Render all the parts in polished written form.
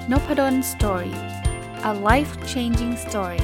Nopadon Story. A life-changing story.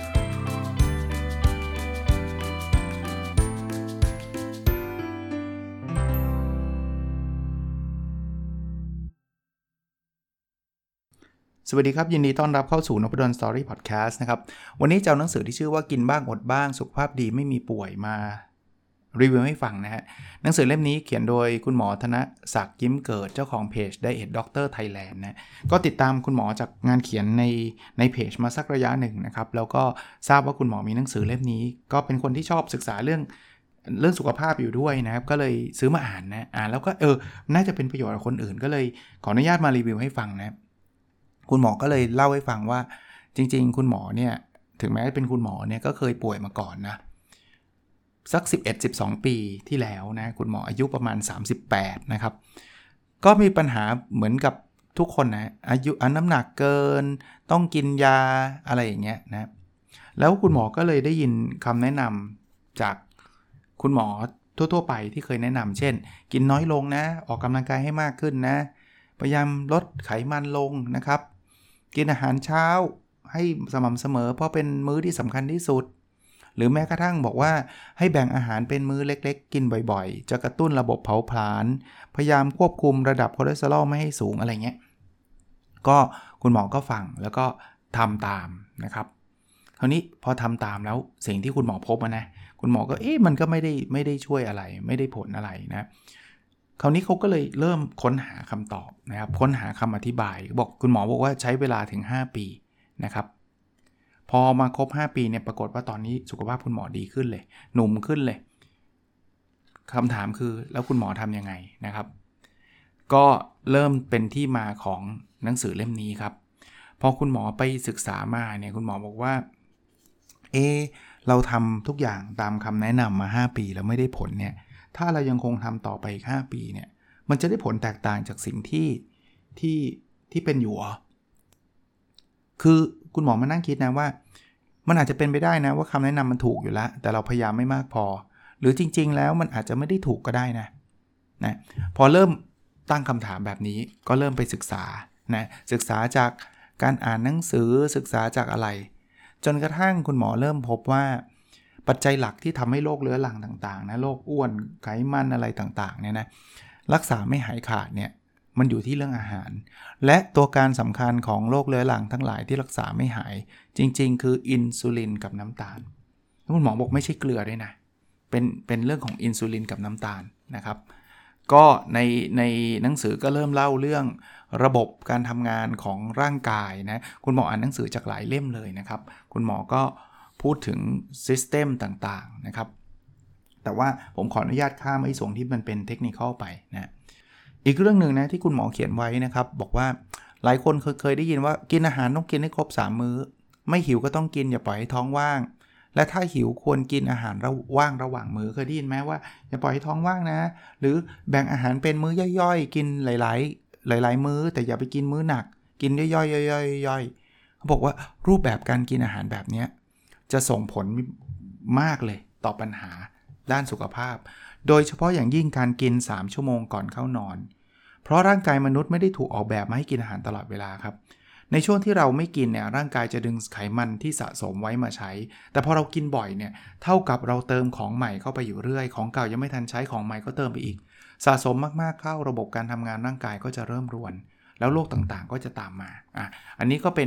สวัสดีครับยินดีต้อนรับเข้าสู่ Nopadon Story Podcast นะครับวันนี้จะเอาหนังสือที่ชื่อว่ากินบ้างอดบ้างสุขภาพดีไม่มีป่วยมารีวิวให้ฟังนะฮะหนังสือเล่มนี้เขียนโดยคุณหมอธนศักดิ์ยิ้มเกิดเจ้าของเพจ Diet Doctor Thailand นะก็ติดตามคุณหมอจากงานเขียนในเพจมาสักระยะหนึ่งนะครับแล้วก็ทราบว่าคุณหมอมีหนังสือเล่มนี้ก็เป็นคนที่ชอบศึกษาเรื่องสุขภาพอยู่ด้วยนะครับก็เลยซื้อมาอ่านแล้วก็น่าจะเป็นประโยชน์กับคนอื่นก็เลยขออนุญาตมารีวิวให้ฟังนะคุณหมอก็เลยเล่าให้ฟังว่าจริงๆคุณหมอเนี่ยถึงแม้จะเป็นคุณหมอเนี่ยก็เคยป่วยมาก่อนนะสัก 11-12 ปีที่แล้วนะคุณหมออายุประมาณ38นะครับก็มีปัญหาเหมือนกับทุกคนนะอายุน้ำหนักเกินต้องกินยาอะไรอย่างเงี้ยนะแล้วคุณหมอก็เลยได้ยินคำแนะนำจากคุณหมอทั่วๆไปที่เคยแนะนำเช่นกินน้อยลงนะออกกำลังกายให้มากขึ้นนะพยายามลดไขมันลงนะครับกินอาหารเช้าให้สม่ำเสมอเพราะเป็นมื้อที่สำคัญที่สุดหรือแม้กระทั่งบอกว่าให้แบ่งอาหารเป็นมื้อเล็กๆกินบ่อยๆจะกระตุ้นระบบเผาผลาญพยายามควบคุมระดับคอเลสเตอรอลไม่ให้สูงอะไรเงี้ยก็คุณหมอก็ฟังแล้วก็ทำตามนะครับคราวนี้พอทำตามแล้วสิ่งที่คุณหมอพบนะคุณหมอก็มันก็ไม่ได้ช่วยอะไรไม่ได้ผลอะไรนะคราวนี้เขาก็เลยเริ่มค้นหาคำตอบนะครับค้นหาคำอธิบายคุณหมอบอกว่าใช้เวลาถึง5ปีนะครับพอมาครบ5ปีเนี่ยปรากฏว่าตอนนี้สุขภาพคุณหมอดีขึ้นเลยหนุ่มขึ้นเลยคำถามคือแล้วคุณหมอทำยังไงนะครับก็เริ่มเป็นที่มาของหนังสือเล่มนี้ครับพอคุณหมอไปศึกษามาเนี่ยคุณหมอบอกว่าเราทำทุกอย่างตามคำแนะนำมา5ปีแล้วไม่ได้ผลเนี่ยถ้าเรายังคงทำต่อไปอีก5ปีเนี่ยมันจะได้ผลแตกต่างจากสิ่งที่เป็นอยู่คือคุณหมอมานั่งคิดนะว่ามันอาจจะเป็นไปได้นะว่าคำแนะนำมันถูกอยู่แล้วแต่เราพยายามไม่มากพอหรือจริงๆแล้วมันอาจจะไม่ได้ถูกก็ได้นะพอเริ่มตั้งคำถามแบบนี้ก็เริ่มไปศึกษาศึกษาจากการอ่านหนังสือศึกษาจากอะไรจนกระทั่งคุณหมอเริ่มพบว่าปัจจัยหลักที่ทำให้โรคเรื้อรังต่างๆนะโรคอ้วนไขมันอะไรต่างๆเนี่ยนะรักษาไม่หายขาดเนี่ยมันอยู่ที่เรื่องอาหารและตัวการสำคัญของโรคเรื้อรังทั้งหลายที่รักษาไม่หายจริงๆคืออินซูลินกับน้ำตาลคุณหมอบอกไม่ใช่เกลือด้วยนะเป็นเรื่องของอินซูลินกับน้ำตาลนะครับก็ในหนังสือก็เริ่มเล่าเรื่องระบบการทำงานของร่างกายนะคุณหมออ่านหนังสือจากหลายเล่มเลยนะครับคุณหมอก็พูดถึงซิสเต็มต่างๆนะครับแต่ว่าผมขออนุญาตข้ามไอ้ส่วนที่มันเป็นเทคนิคไปนะอีกเรื่องนึงนะที่คุณหมอเขียนไว้นะครับบอกว่าหลายคนเคยได้ยินว่ากินอาหารต้องกินให้ครบ3มื้อไม่หิวก็ต้องกินอย่าปล่อยให้ท้องว่างและถ้าหิวควรกินอาหารว่างระหว่างมื้อเคยได้ยินไหมว่าอย่าปล่อยให้ท้องว่างนะหรือแบ่งอาหารเป็นมื้อย่อยๆกินหลายมื้อแต่อย่าไปกินมื้อหนักกินย่อยๆๆเขาบอกว่ารูปแบบการกินอาหารแบบนี้จะส่งผลมากเลยต่อปัญหาด้านสุขภาพโดยเฉพาะอย่างยิ่งการกิน3ชั่วโมงก่อนเข้านอนเพราะร่างกายมนุษย์ไม่ได้ถูกออกแบบมาให้กินอาหารตลอดเวลาครับในช่วงที่เราไม่กินเนี่ยร่างกายจะดึงไขมันที่สะสมไว้มาใช้แต่พอเรากินบ่อยเนี่ยเท่ากับเราเติมของใหม่เข้าไปอยู่เรื่อยของเก่ายังไม่ทันใช้ของใหม่ก็เติมไปอีกสะสมมากๆเข้าระบบการทำงานร่างกายก็จะเริ่มรวนแล้วโรคต่างๆก็จะตามมาอันนี้ก็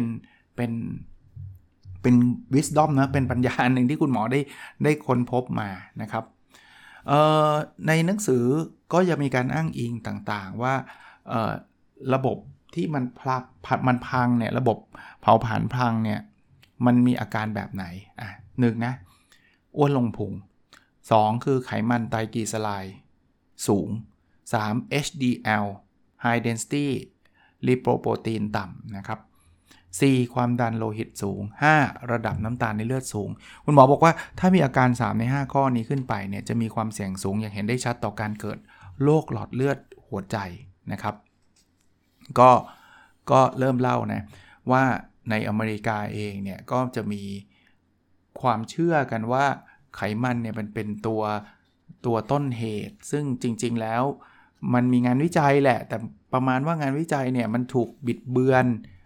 เป็น wisdom นะเป็นปัญญาหนึ่งที่คุณหมอได้ค้นพบมานะครับในหนังสือก็ยังมีการอ้างอิงต่างๆว่าระบบที่มันพังเนี่ยระบบเผาผลาญพังเนี่ยมันมีอาการแบบไหน1นะอ้วนลงพุง2คือไขมันไตรกลีเซอไรด์สูง3 HDL High Density Lipoprotein ต่ำนะครับ4ความดันโลหิตสูง5ระดับน้ำตาลในเลือดสูงคุณหมอบอกว่าถ้ามีอาการ3ใน5ข้อนี้ขึ้นไปเนี่ยจะมีความเสี่ยงสูงอย่างเห็นได้ชัดต่อการเกิดโรคหลอดเลือดหัวใจนะครับก็เริ่มเล่านะว่าในอเมริกาเองเนี่ยก็จะมีความเชื่อกันว่าไขมันเนี่ยมันเป็นตัวต้นเหตุซึ่งจริงๆแล้วมันมีงานวิจัยแหละแต่ประมาณว่างานวิจัยเนี่ยมันถูกบิดเบือน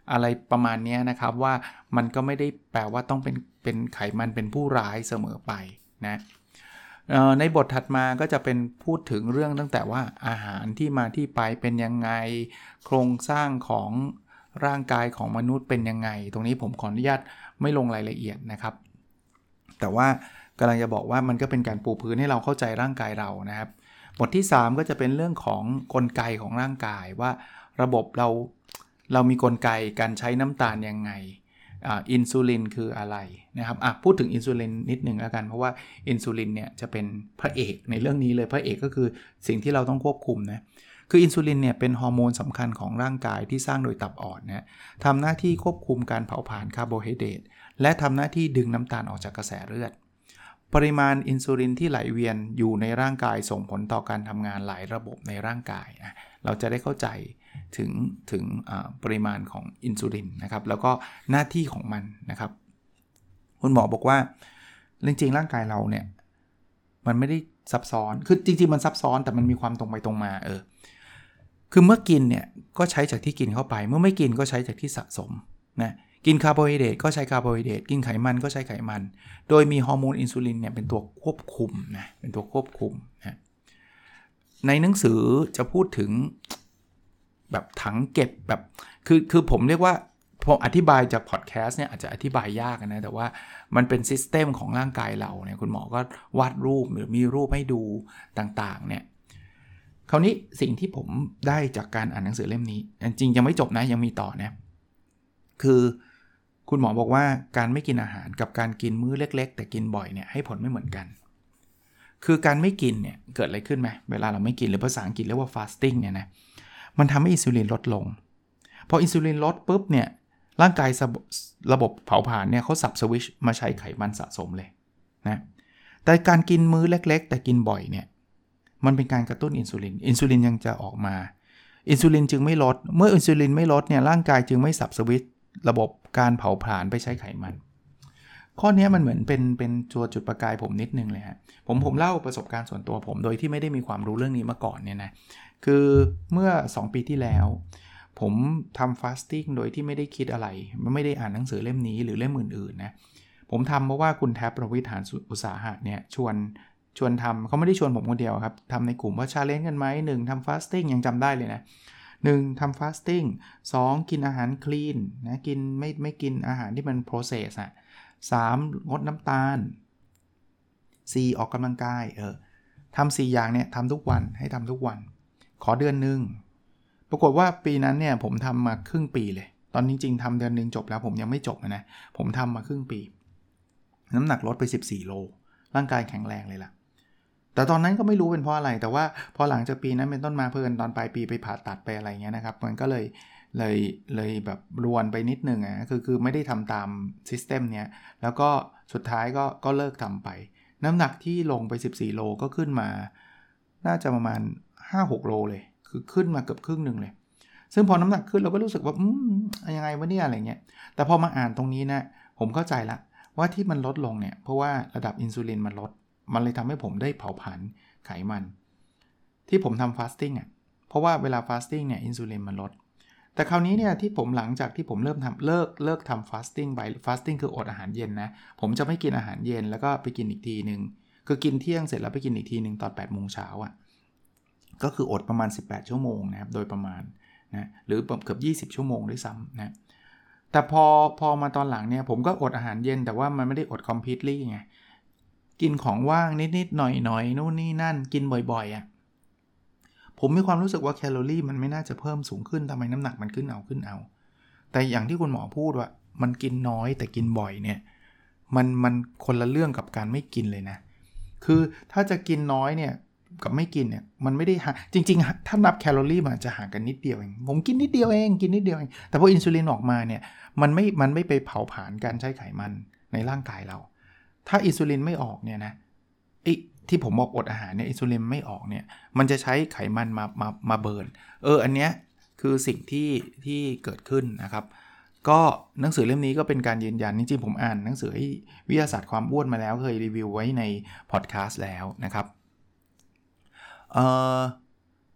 อะไรประมาณนี้นะครับว่ามันก็ไม่ได้แปลว่าต้องเป็นไขมันเป็นผู้ร้ายเสมอไปนะในบทถัดมาก็จะเป็นพูดถึงเรื่องตั้งแต่ว่าอาหารที่มาที่ไปเป็นยังไงโครงสร้างของร่างกายของมนุษย์เป็นยังไงตรงนี้ผมขออนุญาตไม่ลงรายละเอียดนะครับแต่ว่ากำลังจะบอกว่ามันก็เป็นการปูพื้นให้เราเข้าใจร่างกายเรานะครับบทที่3ก็จะเป็นเรื่องของกลไกของร่างกายว่าระบบเรามีกลไกการใช้น้ำตาลยังไงอินซูลินคืออะไรนะครับพูดถึงอินซูลินนิดหนึ่งแล้วกันเพราะว่าอินซูลินเนี่ยจะเป็นพระเอกในเรื่องนี้เลยพระเอกก็คือสิ่งที่เราต้องควบคุมนะคืออินซูลินเนี่ยเป็นฮอร์โมนสำคัญของร่างกายที่สร้างโดยตับอ่อนนะทำหน้าที่ควบคุมการเผาผลาญคาร์โบไฮเดรตและทำหน้าที่ดึงน้ำตาลออกจากกระแสเลือดปริมาณอินซูลินที่ไหลเวียนอยู่ในร่างกายส่งผลต่อการทำงานหลายระบบในร่างกายเราจะได้เข้าใจถึงปริมาณของอินซูลินนะครับแล้วก็หน้าที่ของมันนะครับคุณหมอบอกว่าจริงๆร่างกายเราเนี่ยมันไม่ได้ซับซ้อนคือจริงๆมันซับซ้อนแต่มันมีความตรงไปตรงมาคือเมื่อกินเนี่ยก็ใช้จากที่กินเข้าไปเมื่อไม่กินก็ใช้จากที่สะสมนะกินคาร์โบไฮเดรตก็ใช้คาร์โบไฮเดรตกินไขมันก็ใช้ไขมันโดยมีฮอร์โมนอินซูลินเนี่ยเป็นตัวควบคุมนะเป็นตัวควบคุมนะในหนังสือจะพูดถึงแบบถังเก็บแบบคือผมเรียกว่าผมอธิบายจากพอดแคสต์เนี่ยอาจจะอธิบายยากนะแต่ว่ามันเป็นซิสเต็มของร่างกายเราเนี่ยคุณหมอก็วาดรูปหรือมีรูปให้ดูต่างๆเนี่ยคราวนี้สิ่งที่ผมได้จากการอ่านหนังสือเล่มนี้จริงยังไม่จบนะยังมีต่อนะคือคุณหมอบอกว่าการไม่กินอาหารกับการกินมื้อเล็กๆแต่กินบ่อยเนี่ยให้ผลไม่เหมือนกันคือการไม่กินเนี่ยเกิดอะไรขึ้นไหมเวลาเราไม่กินหรือภาษาอังกฤษเรียกว่า fasting เนี่ยนะมันทำให้อินซูลินลดลงพออินซูลินลดปุ๊บเนี่ยร่างกายระบบเผาผลาญเนี่ยเขาสับสวิตช์มาใช้ไขมันสะสมเลยนะแต่การกินมื้อเล็กๆแต่กินบ่อยเนี่ยมันเป็นการกระตุ้นอินซูลินยังจะออกมาอินซูลินจึงไม่ลดเมื่ออินซูลินไม่ลดเนี่ยร่างกายจึงไม่สับสวิตช์ระบบการเผาผลาญไปใช้ไขมันข้อนี้มันเหมือนเป็นจุดประกายผมนิดนึงเลยฮะผมเล่าประสบการณ์ส่วนตัวผมโดยที่ไม่ได้มีความรู้เรื่องนี้มาก่อนเนี่ยนะคือเมื่อ2ปีที่แล้วผมทำฟาสติ้งโดยที่ไม่ได้คิดอะไรไม่ได้อ่านหนังสือเล่มนี้หรือเล่มอื่นๆนะผมทำเพราะว่าคุณแท็บประวิทย์หานอุตสาหะเนี่ยชวนทำเขาไม่ได้ชวนผมคนเดียวครับทำในกลุ่มว่าชาเลนจ์กันไหม1ทำฟาสติ้งยังจำได้เลยนะ1ทำฟาสติ้ง2กินอาหารคลีนนะกินไม่กินอาหารที่มันโปรเซส3งดน้ำตาล4ออกกำลังกายทำ4อย่างเนี่ยทำทุกวันให้ทำทุกวันขอเดือนนึงปรากฏว่าปีนั้นเนี่ยผมทำมาครึ่งปีเลยตอนจริงๆทำเดือนนึงจบแล้วผมยังไม่จบนะผมทำมาครึ่งปีน้ำหนักลดไป14โลร่างกายแข็งแรงเลยล่ะแต่ตอนนั้นก็ไม่รู้เป็นเพราะอะไรแต่ว่าพอหลังจากปีนั้นเป็นต้นมาเพิ่นตอนปลายปีไปผ่าตัดไปอะไรเงี้ยนะครับมันก็เลยแบบรวนไปนิดนึงคือไม่ได้ทำตามซิสเต็มเนี้ยแล้วก็สุดท้ายก็เลิกทำไปน้ำหนักที่ลงไป14โลก็ขึ้นมาน่าจะประมาณ 5-6 โลเลยคือขึ้นมาเกือบครึ่งนึงเลยซึ่งพอน้ำหนักขึ้นเราก็รู้สึกว่ายังไงวะเนี่ยอะไรเงี้ยแต่พอมาอ่านตรงนี้นะผมเข้าใจละว่าที่มันลดลงเนี่ยเพราะว่าระดับอินซูลินมันลดมันเลยทำให้ผมได้เผาผลาญไขมันที่ผมทำฟาสติ้งเพราะว่าเวลาฟาสติ้งเนี่ยอินซูลินมันลดแต่คราวนี้เนี่ยที่ผมหลังจากที่ผมเริ่มทำเลิกทำฟาสติ้งไปฟาสติ้งคืออดอาหารเย็นนะผมจะไม่กินอาหารเย็นแล้วก็ไปกินอีกทีนึงคือกินเที่ยงเสร็จแล้วไปกินอีกทีนึงตอน 8 โมงเช้าก็คืออดประมาณ18ชั่วโมงนะครับโดยประมาณนะหรือเกือบ20ชั่วโมงด้วยซ้ำนะแต่พอมาตอนหลังเนี่ยผมก็อดอาหารเย็นแต่ว่ามันไม่ได้อด completely ไงกินของว่างนิดๆหน่อยๆนู่นนี่นั่นกินบ่อยๆผมมีความรู้สึกว่าแคลอรี่มันไม่น่าจะเพิ่มสูงขึ้นทำไมน้ำหนักมันขึ้นเอาแต่อย่างที่คุณหมอพูดว่ามันกินน้อยแต่กินบ่อยเนี่ยมันคนละเรื่องกับการไม่กินเลยนะคือถ้าจะกินน้อยเนี่ยกับไม่กินเนี่ยมันไม่ได้จริงๆถ้านับแคลอรี่มันจะห่างกันนิดเดียวเองผมกินนิดเดียวเองแต่พออินซูลินออกมาเนี่ยมันไม่ไปเผาผลาญการใช้ไขมันในร่างกายเราถ้าอินซูลินไม่ออกเนี่ยนะที่ผมบอกอดอาหารเนี่ยอินซูลินไม่ออกเนี่ยมันจะใช้ไขมันมาเบิร์นอันเนี้ยคือสิ่งที่เกิดขึ้นนะครับก็หนังสือเล่มนี้ก็เป็นการยืนยันจริงๆผมอ่านหนังสือวิทยาศาสตร์ความอ้วนมาแล้วเคยรีวิวไว้ในพอดแคสต์แล้วนะครับ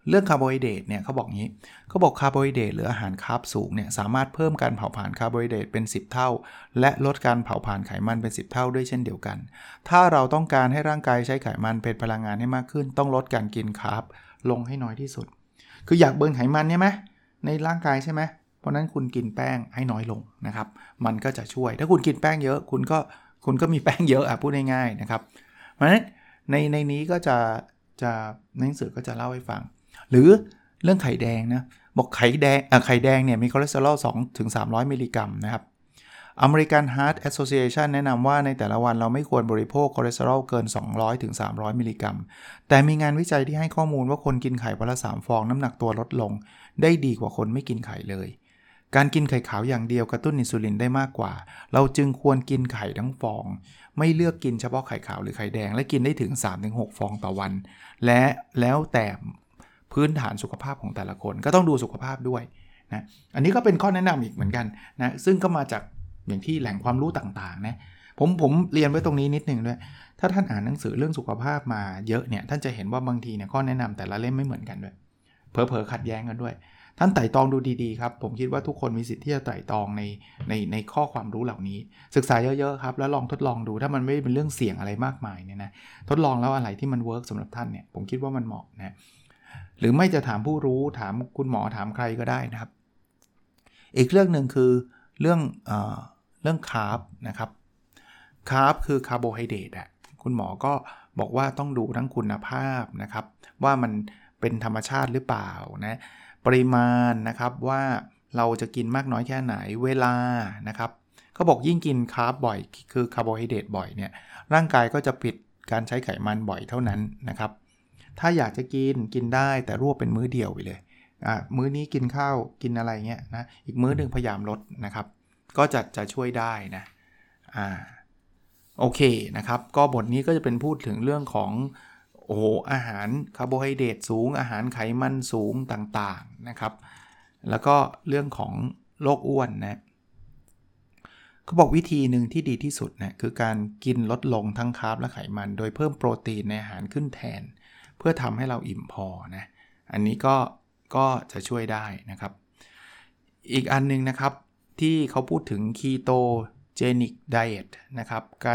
เรื่องคาร์โบไฮเดรตเนี่ยเขาบอกงี้เขาบอกคาร์โบไฮเดรตหรืออาหารคาร์บสูงเนี่ยสามารถเพิ่มการเผาผลาญคาร์โบไฮเดรตเป็น10เท่าและลดการเผาผลาญไขมันเป็น10เท่าด้วยเช่นเดียวกันถ้าเราต้องการให้ร่างกายใช้ไขมันเป็นพลังงานให้มากขึ้นต้องลดการกินคาร์บลงให้น้อยที่สุดคืออยากเบิร์นไขมันใช่ไหมในร่างกายใช่ไหมเพราะนั้นคุณกินแป้งให้น้อยลงนะครับมันก็จะช่วยถ้าคุณกินแป้งเยอะคุณก็มีแป้งเยอะพูดง่ายๆนะครับเพราะฉะนั้นในนี้ก็จะหนังสือก็จะเล่าให้ฟังหรือเรื่องไข่แดงนะบอกไข่แดงเนี่ยมีคอเลสเตอรอล 2-300 มิลลิกรัมนะครับ American Heart Association แนะนำว่าในแต่ละวันเราไม่ควรบริโภคคอเลสเตอรอลเกิน 200-300 มิลลิกรัมแต่มีงานวิจัยที่ให้ข้อมูลว่าคนกินไข่วันละ3ฟองน้ำหนักตัวลดลงได้ดีกว่าคนไม่กินไข่เลยการกินไข่ขาวอย่างเดียวกระตุ้นอินซูลินได้มากกว่าเราจึงควรกินไข่ทั้งฟองไม่เลือกกินเฉพาะไข่ขาวหรือไข่แดงและกินได้ถึง 3-6 ฟองต่อวันแล้วแต่พื้นฐานสุขภาพของแต่ละคนก็ต้องดูสุขภาพด้วยนะอันนี้ก็เป็นข้อแนะนำอีกเหมือนกันนะซึ่งก็มาจากอย่างที่แหล่งความรู้ต่างๆนะผมเรียนไว้ตรงนี้นิดนึงด้วยถ้าท่านอ่านหนังสือเรื่องสุขภาพมาเยอะเนี่ยท่านจะเห็นว่าบางทีเนี่ยข้อแนะนำแต่ละเล่มไม่เหมือนกันด้วยเผลอๆขัดแย้งกันด้วยท่านไต่ตองดูดีๆครับผมคิดว่าทุกคนมีสิทธิ์ที่จะไต่ตองในข้อความรู้เหล่านี้ศึกษาเยอะๆครับแล้วลองทดลองดูถ้ามันไม่เป็นเรื่องเสี่ยงอะไรมากมายเนี่ยนะทดลองแล้วอะไรที่มันเวิร์กสำหรับท่านเนี่ยผมคิดว่ามันเหมาะนะหรือไม่จะถามผู้รู้ถามคุณหมอถามใครก็ได้นะครับอีกเรื่องนึงคือเรื่องคาร์บนะครับคาร์บคือคาร์โบไฮเดรตคุณหมอก็บอกว่าต้องดูทั้งคุณภาพนะครับว่ามันเป็นธรรมชาติหรือเปล่านะปริมาณนะครับว่าเราจะกินมากน้อยแค่ไหนเวลานะครับเขาบอกยิ่งกินคาร์บบ่อยคือคาร์โบไฮเดรตบ่อยเนี่ยร่างกายก็จะปิดการใช้ไขมันบ่อยเท่านั้นนะครับถ้าอยากจะกินได้แต่รวบเป็นมื้อเดียวไปเลยมื้อนี้กินข้าวกินอะไรเงี้ยนะอีกมื้อนึงพยายามลดนะครับก็จะช่วยได้นะโอเคนะครับก็บทนี้ก็จะเป็นพูดถึงเรื่องของอาหารคาร์โบไฮเดรตสูงอาหารไขมันสูงต่างๆนะครับแล้วก็เรื่องของโรคอ้วนนะเขาบอกวิธีหนึ่งที่ดีที่สุดนะคือการกินลดลงทั้งคาร์บและไขมันโดยเพิ่มโปรตีนในอาหารขึ้นแทนเพื่อทำให้เราอิ่มพอนะอันนี้ก็จะช่วยได้นะครับอีกอันนึงนะครับที่เขาพูดถึง Ketogenic Diet นะครับการ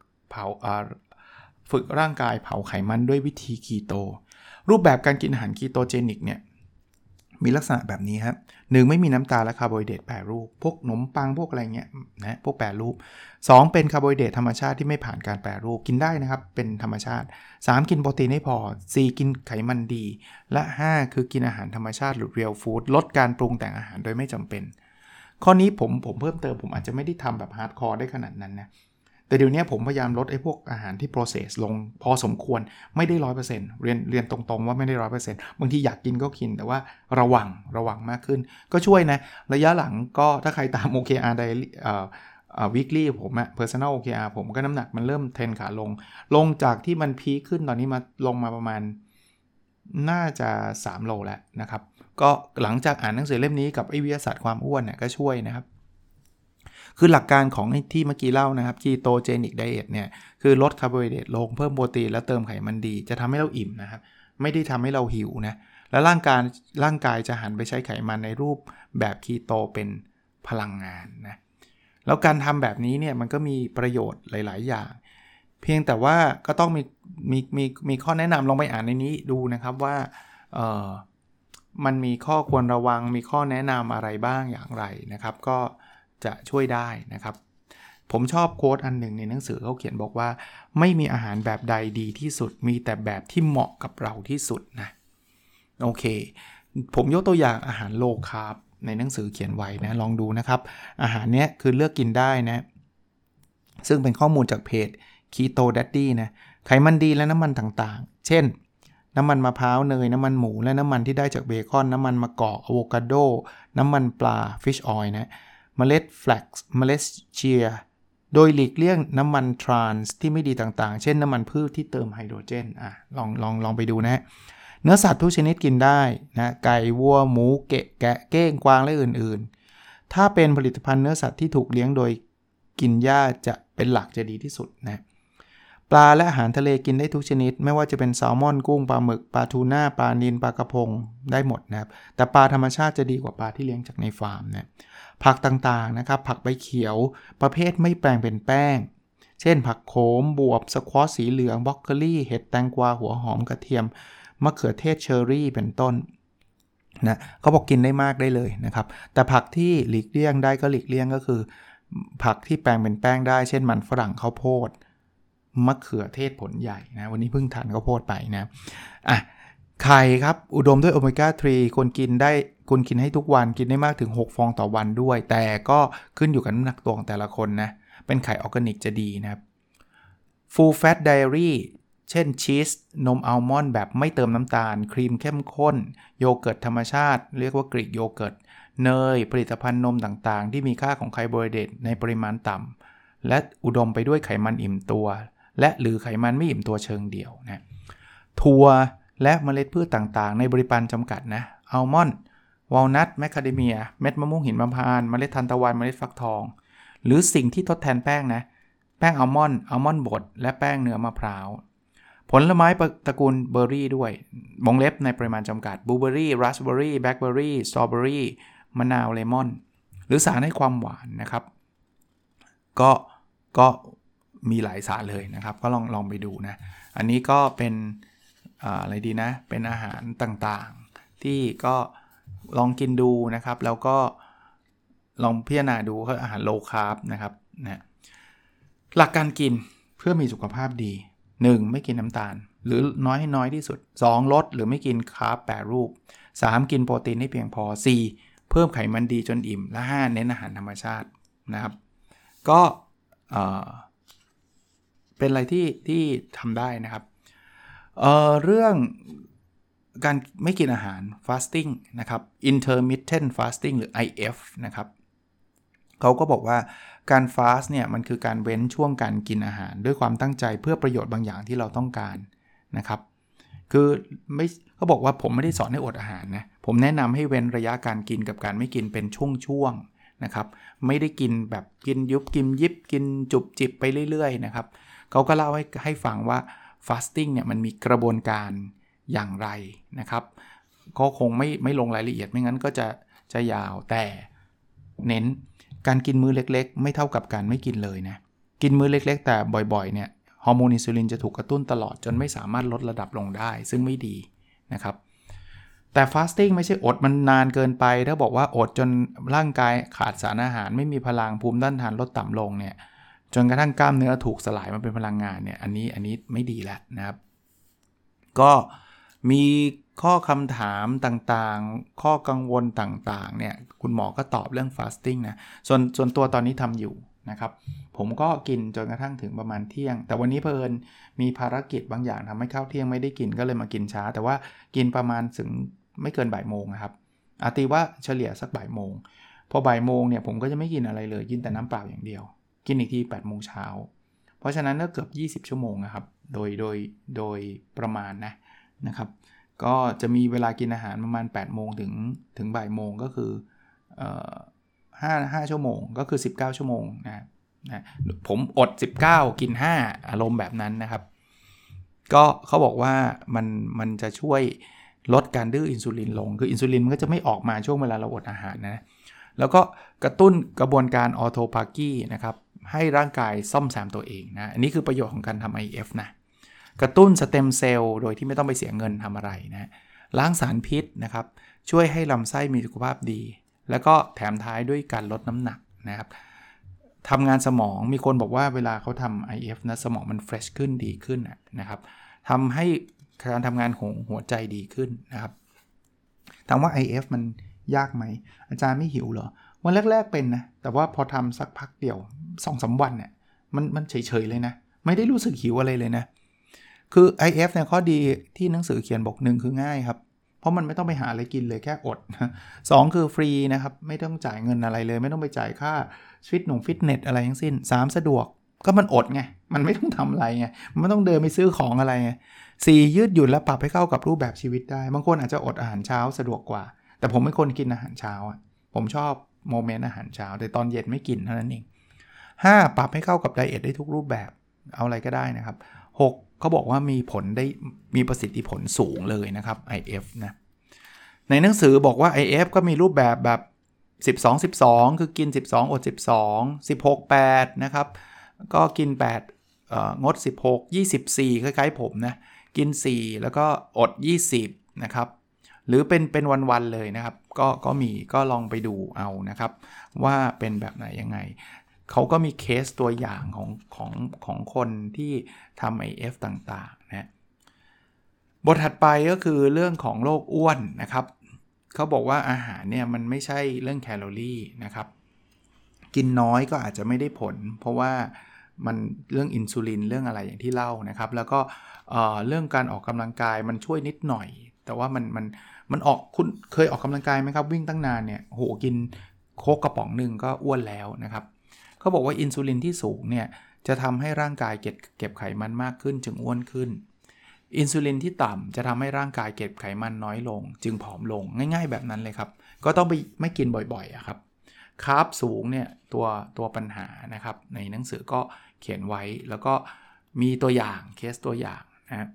ฝึกร่างกายเผาไขมันด้วยวิธีคีโตรูปแบบการกินอาหารคีโตเจนิกเนี่ยมีลักษณะแบบนี้ครับ1ไม่มีน้ำตาลและคาร์โบไฮเดรตแปรรูปพวกขนมปังพวกอะไรเงี้ยนะพวกแปรรูป2เป็นคาร์โบไฮเดรตธรรมชาติที่ไม่ผ่านการแปรรูปกินได้นะครับเป็นธรรมชาติ3กินโปรตีนให้พอ4กินไขมันดีและ5คือกินอาหารธรรมชาติหรือ real food ลดการปรุงแต่งอาหารโดยไม่จำเป็นข้อนี้ผมเพิ่มเติมผมอาจจะไม่ได้ทำแบบฮาร์ดคอร์ได้ขนาดนั้นนะแต่เดี๋ยวนี้ผมพยายามลดไอ้พวกอาหารที่ process ลงพอสมควรไม่ได้ 100% เรียนตรงๆว่าไม่ได้ 100% บางทีอยากกินก็กินแต่ว่าระวังมากขึ้นก็ช่วยนะระยะหลังก็ถ้าใครตาม OKR Daily weekly ผมpersonal OKR ผมก็น้ำหนักมันเริ่มเทรนขาลงจากที่มันพีคขึ้นตอนนี้มาลงมาประมาณน่าจะ3โลแล้วนะครับก็หลังจากอ่านหนังสือเล่มนี้กับวิทยาศาสตร์ความอ้วนเนี่ยก็ช่วยนะครับคือหลักการของที่เมื่อกี้เล่านะครับ Ketogenic Diet เนี่ยคือลดคาร์โบไฮเดรตลงเพิ่มโปรตีนแล้วเติมไขมันดีจะทำให้เราอิ่มนะครับไม่ได้ทำให้เราหิวนะแล้วร่างกายจะหันไปใช้ไขมันในรูปแบบคีโตเป็นพลังงานนะแล้วการทำแบบนี้เนี่ยมันก็มีประโยชน์หลายๆอย่างเพียงแต่ว่าก็ต้องมีข้อแนะนำลองไปอ่านในนี้ดูนะครับว่ามันมีข้อควรระวังมีข้อแนะนำอะไรบ้างอย่างไรนะครับก็จะช่วยได้นะครับผมชอบโค้ดอันหนึ่งในหนังสือเขาเขียนบอกว่าไม่มีอาหารแบบใดดีที่สุดมีแต่แบบที่เหมาะกับเราที่สุดนะโอเคผมยกตัวอย่างอาหารโลคาร์บในหนังสือเขียนไว้นะลองดูนะครับอาหารเนี้ยคือเลือกกินได้นะซึ่งเป็นข้อมูลจากเพจ Keto Daddy นะไขมันดีและน้ำมันต่างๆเช่นน้ำมันมะพร้าวเนยน้ำมันหมูและน้ำมันที่ได้จากเบคอนน้ำมันมะกอกอะโวคาโดน้ำมันปลา fish oil นะเมล็ดแฟลกซ์เมล็ดเชียร์โดยหลีกเลี่ยงน้ำมันทรานส์ที่ไม่ดีต่างๆเช่นน้ำมันพืชที่เติมไฮโดรเจนลองไปดูนะเนื้อสัตว์ทุกชนิดกินได้นะไก่วัวหมูแกะเก้งกวางและอื่นๆถ้าเป็นผลิตภัณฑ์เนื้อสัตว์ที่ถูกเลี้ยงโดยกินหญ้าจะเป็นหลักจะดีที่สุดนะปลาและอาหารทะเลกินได้ทุกชนิดไม่ว่าจะเป็นแซลมอนกุ้งปลาหมึกปลาทูน่าปลานิลปลากระพงได้หมดนะครับแต่ปลาธรรมชาติจะดีกว่าปลาที่เลี้ยงจากในฟาร์มนะผักต่างๆนะครับผักใบเขียวประเภทไม่แปลงเป็นแป้งเช่นผักโขมบวบสควอชสีเหลืองบรอกโคลีเห็ดแตงกวาหัวหอมกระเทียมมะเขือเทศเชอร์รี่เป็นต้นนะเขาบอกกินได้มากได้เลยนะครับแต่ผักที่หลีกเลี่ยงได้ก็หลีกเลี่ยงก็คือผักที่แปลงเป็นแป้งได้เช่นมันฝรั่งข้าวโพดมะเขือเทศผลใหญ่นะวันนี้เพิ่งทานข้าวโพดไปนะไข่ครับอุดมด้วยโอเมก้า3คนกินให้ทุกวันกินได้มากถึง6ฟองต่อวันด้วยแต่ก็ขึ้นอยู่กับน้ำหนักตัวของแต่ละคนนะเป็นไข่ออร์แกนิกจะดีนะครับ Full Fat Dairy เช่นชีสนมอัลมอนด์แบบไม่เติมน้ำตาลครีมเข้มข้นโยเกิร์ตธรรมชาติเรียกว่ากรีกโยเกิร์ตเนยผลิตภัณฑ์นมต่างๆที่มีค่าของคาร์โบไฮเดรตในปริมาณต่ำและอุดมไปด้วยไขมันอิ่มตัวและหรือไขมันไม่อิ่มตัวเชิงเดี่ยวนะถั่วและเมล็ดพืชต่างๆในบริมาณจำกัดนะอัลมอนด์วอลนัทแมคคาเดเมียเม็ดมะม่วงหินมะพร้าวเมล็ดทานตะวันเมล็ดฟักทองหรือสิ่งที่ทดแทนแป้งนะแป้งอัลมอนด์บดและแป้งเนื้อมะพร้าวผลไม้ตระกูลเบอร์รี่ด้วยวงเล็บในปริมาณจำกัดบลูเบอร์รี่ราสเบอร์รี่แบล็คเบอร์รี่สตรอเบอร์รี่มะนาวเลมอนหรือสารให้ความหวานนะครับก็มีหลายสารเลยนะครับก็ลองไปดูนะอันนี้ก็เป็นอะไรดีนะเป็นอาหารต่างๆที่ก็ลองกินดูนะครับแล้วก็ลองพิจารณาดูก็อาหารโลคาร์บนะครับนะหลักการกินเพื่อมีสุขภาพดี 1. ไม่กินน้ำตาลหรือน้อยให้น้อยที่สุด 2. ลดหรือไม่กินคาร์บแปรรูป 3. กินโปรตีนให้เพียงพอ 4. เพิ่มไขมันดีจนอิ่มและ 5. เน้นอาหารธรรมชาตินะครับก็เป็นอะไรที่ทำได้นะครับเรื่องการไม่กินอาหาร fasting นะครับ intermittent fasting หรือ IF นะครับเขาก็บอกว่าการ fast เนี่ยมันคือการเว้นช่วงการกินอาหารด้วยความตั้งใจเพื่อประโยชน์บางอย่างที่เราต้องการนะครับคือไม่เขาบอกว่าผมไม่ได้สอนให้อดอาหารนะผมแนะนำให้เว้นระยะการกินกับการไม่กินเป็นช่วงๆนะครับไม่ได้กินแบบกินยุบกินยิบกินจุบจิบไปเรื่อยๆนะครับเขาก็เล่าให้ฟังว่า fasting เนี่ยมันมีกระบวนการอย่างไรนะครับก็คงไม่ลงรายละเอียดไม่งั้นก็จะยาวแต่เน้นการกินมื้อเล็กๆไม่เท่ากับการไม่กินเลยนะกินมื้อเล็กๆแต่บ่อยๆเนี่ยฮอร์โมนอินซูลินจะถูกกระตุ้นตลอดจนไม่สามารถลดระดับลงได้ซึ่งไม่ดีนะครับแต่ฟาสติ้งไม่ใช่อดมันนานเกินไปถ้าบอกว่าอดจนร่างกายขาดสารอาหารไม่มีพลังภูมิต้านทานลดต่ำลงเนี่ยจนกระทั่งกล้ามเนื้อถูกสลายมาเป็นพลังงานเนี่ยอันนี้ไม่ดีแล้วนะครับก็มีข้อคำถามต่างๆข้อกังวลต่างๆเนี่ยคุณหมอก็ตอบเรื่อง fasting นะส่วนตัวตอนนี้ทำอยู่นะครับผมก็กินจนกระทั่งถึงประมาณเที่ยงแต่วันนี้เพิ่นมีภารกิจบางอย่างทำให้เข้าเที่ยงไม่ได้กินก็เลยมากินช้าแต่ว่ากินประมาณถึงไม่เกินบ่ายโมงนะครับตีว่าเฉลี่ยสักบ่ายโมงพอบ่ายโมงเนี่ยผมก็จะไม่กินอะไรเลยกินแต่น้ำเปล่าอย่างเดียวกินอีกที8 โมงเช้าเพราะฉะนั้นก็เกือบ20 ชั่วโมงนะครับโดยประมาณนะครับก็จะมีเวลากินอาหารประมาณ8 โมงถึงบ่ายโมงก็คือ5 ชั่วโมงก็คือ19 ชั่วโมงนะผมอด19กิน5อารมณ์แบบนั้นนะครับก็เขาบอกว่ามันจะช่วยลดการดื้ออินซูลินลงคืออินซูลินมันก็จะไม่ออกมาช่วงเวลาเราอดอาหารนะแล้วก็กระตุ้นกระบวนการออโตฟาจีนะครับให้ร่างกายซ่อมแซมตัวเองนะอันนี้คือประโยชน์ของการทำ IF นะกระตุ้นสเต็มเซลล์โดยที่ไม่ต้องไปเสียเงินทำอะไรนะล้างสารพิษนะครับช่วยให้ลำไส้มีสุขภาพดีแล้วก็แถมท้ายด้วยการลดน้ำหนักนะครับทำงานสมองมีคนบอกว่าเวลาเขาทำ IF นะสมองมันเฟรชขึ้นดีขึ้นนะครับทำให้การทำงานของหัวใจดีขึ้นนะครับถามว่า IF มันยากไหมอาจารย์ไม่หิวเหรอวันแรกๆเป็นนะแต่ว่าพอทำสักพักเดียว 2-3 วันเนี่ยมันเฉยๆเลยนะไม่ได้รู้สึกหิวอะไรเลยนะคือ IF เนี่ยข้อดีที่หนังสือเขียนบอก1คือง่ายครับเพราะมันไม่ต้องไปหาอะไรกินเลยแค่อด2คือฟรีนะครับไม่ต้องจ่ายเงินอะไรเลยไม่ต้องไปจ่ายค่าฟิตเนสอะไรทั้งสิ้น3สะดวกก็มันอดไงมันไม่ต้องทำอะไรไงมันไม่ต้องเดินไปซื้อของอะไรไง4ยืดหยุ่นและปรับให้เข้ากับรูปแบบชีวิตได้บางคนอาจจะอดอาหารเช้าสะดวกกว่าแต่ผมไม่คนกินอาหารเช้าผมชอบโมเมนต์อาหารเช้าแต่ตอนเย็นไม่กินเท่านั้นเอง5ปรับให้เข้ากับไดเอทได้ทุกรูปแบบเอาอะไรก็ได้นะครับ6เขาบอกว่ามีประสิทธิผลสูงเลยนะครับ IF นะในหนังสือบอกว่า IF ก็มีรูปแบบ12คือกิน12อด12 16 8นะครับก็กิน8งด16 24คล้ายๆผมนะกิน4แล้วก็อด20นะครับหรือเป็นวันๆเลยนะครับก็มีก็ลองไปดูเอานะครับว่าเป็นแบบไหนยังไงเขาก็มีเคสตัวอย่างของคนที่ทำ IF ต่างๆนะบทถัดไปก็คือเรื่องของโรคอ้วนนะครับเขาบอกว่าอาหารเนี่ยมันไม่ใช่เรื่องแคลอรี่นะครับกินน้อยก็อาจจะไม่ได้ผลเพราะว่ามันเรื่องอินซูลินเรื่องอะไรอย่างที่เล่านะครับแล้วก็เรื่องการออกกำลังกายมันช่วยนิดหน่อยแต่ว่ามันออกคุณเคยออกกำลังกายไหมครับวิ่งตั้งนานเนี่ยโหกินโค้กกระป๋องหนึ่งก็อ้วนแล้วนะครับเขาบอกว่าอินซูลินที่สูงเนี่ยจะทำให้ร่างกายเก็บไขมันมากขึ้นจึงอ้วนขึ้นอินซูลินที่ต่ำจะทำให้ร่างกายเก็บไขมันน้อยลงจึงผอมลงง่ายๆแบบนั้นเลยครับก็ต้องไปไม่กินบ่อยๆครับคาร์บสูงเนี่ยตัวปัญหานะครับในหนังสือก็เขียนไว้แล้วก็มีตัวอย่างเคสตัวอย่างนะ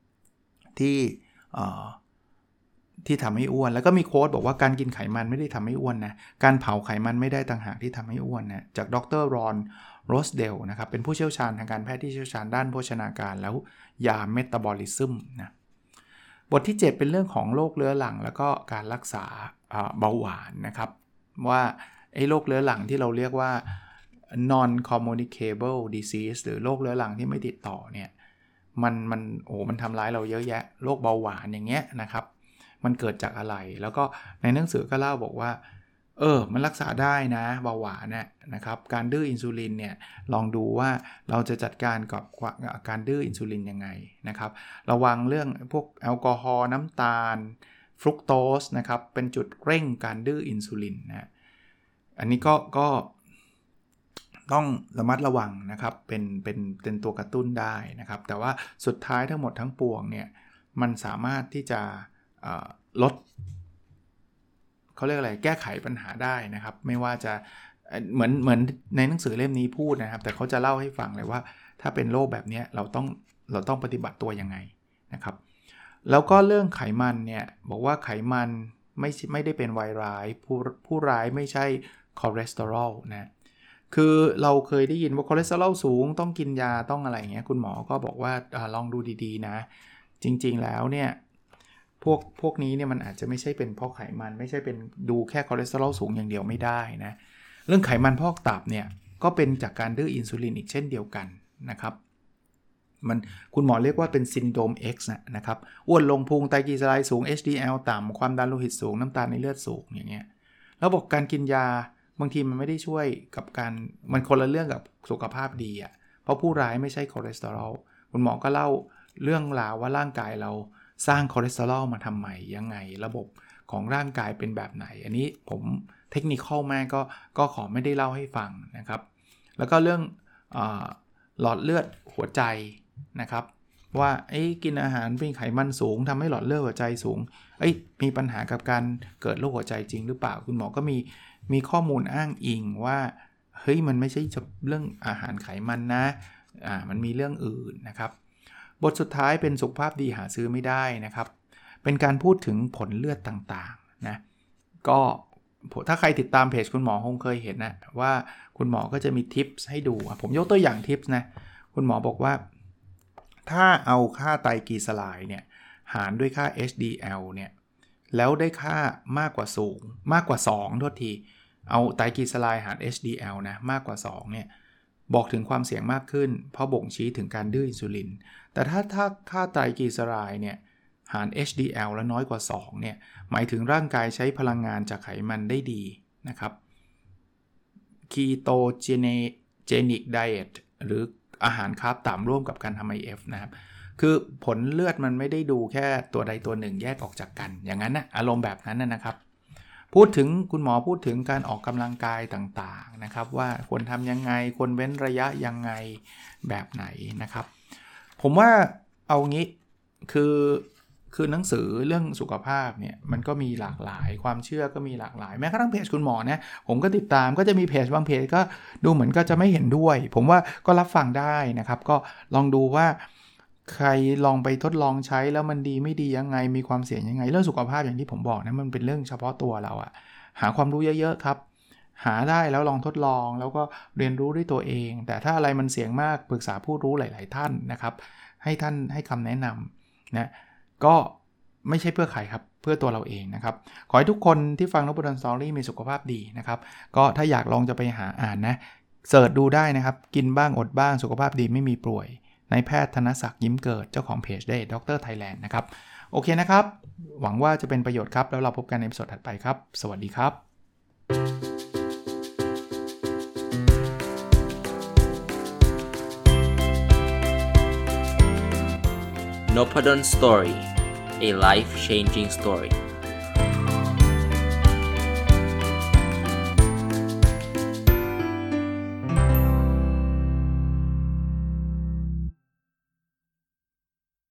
ที่ทำให้อ้วนแล้วก็มีโค้ดบอกว่าการกินไขมันไม่ได้ทำให้อ้วนนะการเผาไขมันไม่ได้ต่างหากที่ทำให้อ้วนนะจากดร.รอนโรสเดลนะครับเป็นผู้เชี่ยวชาญทางการแพทย์ที่เชี่ยวชาญด้านโภชนาการแล้วยาเมตาบอลิซึมนะบทที่7เป็นเรื่องของโรคเรื้อรังแล้วก็การรักษาเบาหวานนะครับว่าไอ้โรคเรื้อรังที่เราเรียกว่า non communicable disease หรือโรคเรื้อรังที่ไม่ติดต่อเนี่ยมันทำร้ายเราเยอะแยะโรคเบาหวานอย่างเงี้ยนะครับมันเกิดจากอะไรแล้วก็ในหนังสือก็เล่าบอกว่ามันรักษาได้นะเบาหวานนะครับการดื้ออินซูลินเนี่ยลองดูว่าเราจะจัดการกับการดื้ออินซูลินยังไงนะครับระวังเรื่องพวกแอลกอฮอล์น้ำตาลฟรุกโตสนะครับเป็นจุดเร่งการดื้ออินซูลินนะอันนี้ก็ต้องระมัดระวังนะครับเป็นตัวกระตุ้นได้นะครับแต่ว่าสุดท้ายทั้งหมดทั้งปวงเนี่ยมันสามารถที่จะลดเขาเรียกอะไรแก้ไขปัญหาได้นะครับไม่ว่าจะเหมือนในหนังสือเล่มนี้พูดนะครับแต่เขาจะเล่าให้ฟังเลยว่าถ้าเป็นโรคแบบนี้เราต้องปฏิบัติตัวยังไงนะครับแล้วก็เรื่องไขมันเนี่ยบอกว่าไขมันไม่ได้เป็นไวร้ายผู้ร้ายไม่ใช่คอเลสเตอรอลนะคือเราเคยได้ยินว่าคอเลสเตอรอลสูงต้องกินยาต้องอะไรอย่างเงี้ยคุณหมอก็บอกว่าลองดูดีๆนะจริงๆแล้วเนี่ยพวกนี้เนี่ยมันอาจจะไม่ใช่เป็นเพราะไขมันไม่ใช่เป็นดูแค่คอเลสเตอรอลสูงอย่างเดียวไม่ได้นะเรื่องไขมันพอกตับเนี่ยก็เป็นจากการดื้ออินซูลินอีกเช่นเดียวกันนะครับคุณหมอเรียกว่าเป็นซินโดรม X นะครับอ้วนลงพุงไตรกลีเซอไรด์สูง HDL ต่ำความดันโลหิตสูงน้ำตาลในเลือดสูงอย่างเงี้ยแล้วบอกการกินยาบางทีมันไม่ได้ช่วยกับมันคนละเรื่องกับสุขภาพดีเพราะผู้ร้ายไม่ใช่คอเลสเตอรอลคุณหมอก็เล่าเรื่องราวว่าร่างกายเราสร้างคอเลสเตอรอลมาทำไมยังไงระบบของร่างกายเป็นแบบไหนอันนี้ผมเทคนิคแม่ก็ขอไม่ได้เล่าให้ฟังนะครับแล้วก็เรื่องหลอดเลือดหัวใจนะครับว่ากินอาหารมีไขมันสูงทำให้หลอดเลือดหัวใจสูงมีปัญหากับการเกิดโรคหัวใจจริงหรือเปล่าคุณหมอก็มีข้อมูลอ้างอิงว่าเฮ้ยมันไม่ใช่เรื่องอาหารไขมันนะมันมีเรื่องอื่นนะครับบทสุดท้ายเป็นสุขภาพดีหาซื้อไม่ได้นะครับเป็นการพูดถึงผลเลือดต่างๆนะก็ถ้าใครติดตามเพจคุณหมอคงเคยเห็นนะว่าคุณหมอก็จะมีทิปส์ให้ดูผมยกตัวอย่างทิปส์นะคุณหมอบอกว่าถ้าเอาค่าไตรกลีเซอไรด์เนี่ยหารด้วยค่า HDL เนี่ยแล้วได้ค่ามากกว่า2โทษทีเอาไตรกลีเซอไรด์หาร HDL นะมากกว่า2เนี่ยบอกถึงความเสี่ยงมากขึ้นเพราะบ่งชี้ถึงการดื้ออินซูลินแต่ถ้าค่าไตรกลีเซอไรด์เนี่ยหาร HDL แล้วน้อยกว่า2เนี่ยหมายถึงร่างกายใช้พลังงานจากไขมันได้ดีนะครับ Ketogenic Diet หรืออาหารคาร์บต่ำร่วมกับการทำ IF นะครับคือผลเลือดมันไม่ได้ดูแค่ตัวใดตัวหนึ่งแยกออกจากกันอย่างนั้นอารมณ์แบบนั้นนะครับคุณหมอพูดถึงการออกกำลังกายต่างๆนะครับว่าควรทำยังไงควรเว้นระยะยังไงแบบไหนนะครับผมว่าเอางี้คือหนังสือเรื่องสุขภาพเนี่ยมันก็มีหลากหลายความเชื่อก็มีหลากหลายแม้กระทั่งเพจคุณหมอนะผมก็ติดตามก็จะมีเพจบางเพจก็ดูเหมือนก็จะไม่เห็นด้วยผมว่าก็รับฟังได้นะครับก็ลองดูว่าใครลองไปทดลองใช้แล้วมันดีไม่ดียังไงมีความเสี่ยงยังไงเรื่องสุขภาพอย่างที่ผมบอกนะมันเป็นเรื่องเฉพาะตัวเราอะหาความรู้เยอะๆครับหาได้แล้วลองทดลองแล้วก็เรียนรู้ด้วยตัวเองแต่ถ้าอะไรมันเสี่ยงมากปรึกษาผู้รู้หลายๆท่านนะครับให้ท่านให้คำแนะนำนะก็ไม่ใช่เพื่อใครครับเพื่อตัวเราเองนะครับขอให้ทุกคนที่ฟังนพดลสตอรี่มีสุขภาพดีนะครับก็ถ้าอยากลองจะไปหาอ่านนะเสิร์ชดูได้นะครับกินบ้างอดบ้างสุขภาพดีไม่มีป่วยนายแพทย์ธนศักดิ์ยิ้มเกิดเจ้าของเพจได้ดร. Thailand นะครับโอเคนะครับหวังว่าจะเป็นประโยชน์ครับแล้วเราพบกันในตอนถัดไปครับสวัสดีครับ Nopadon Story, a life-changing story.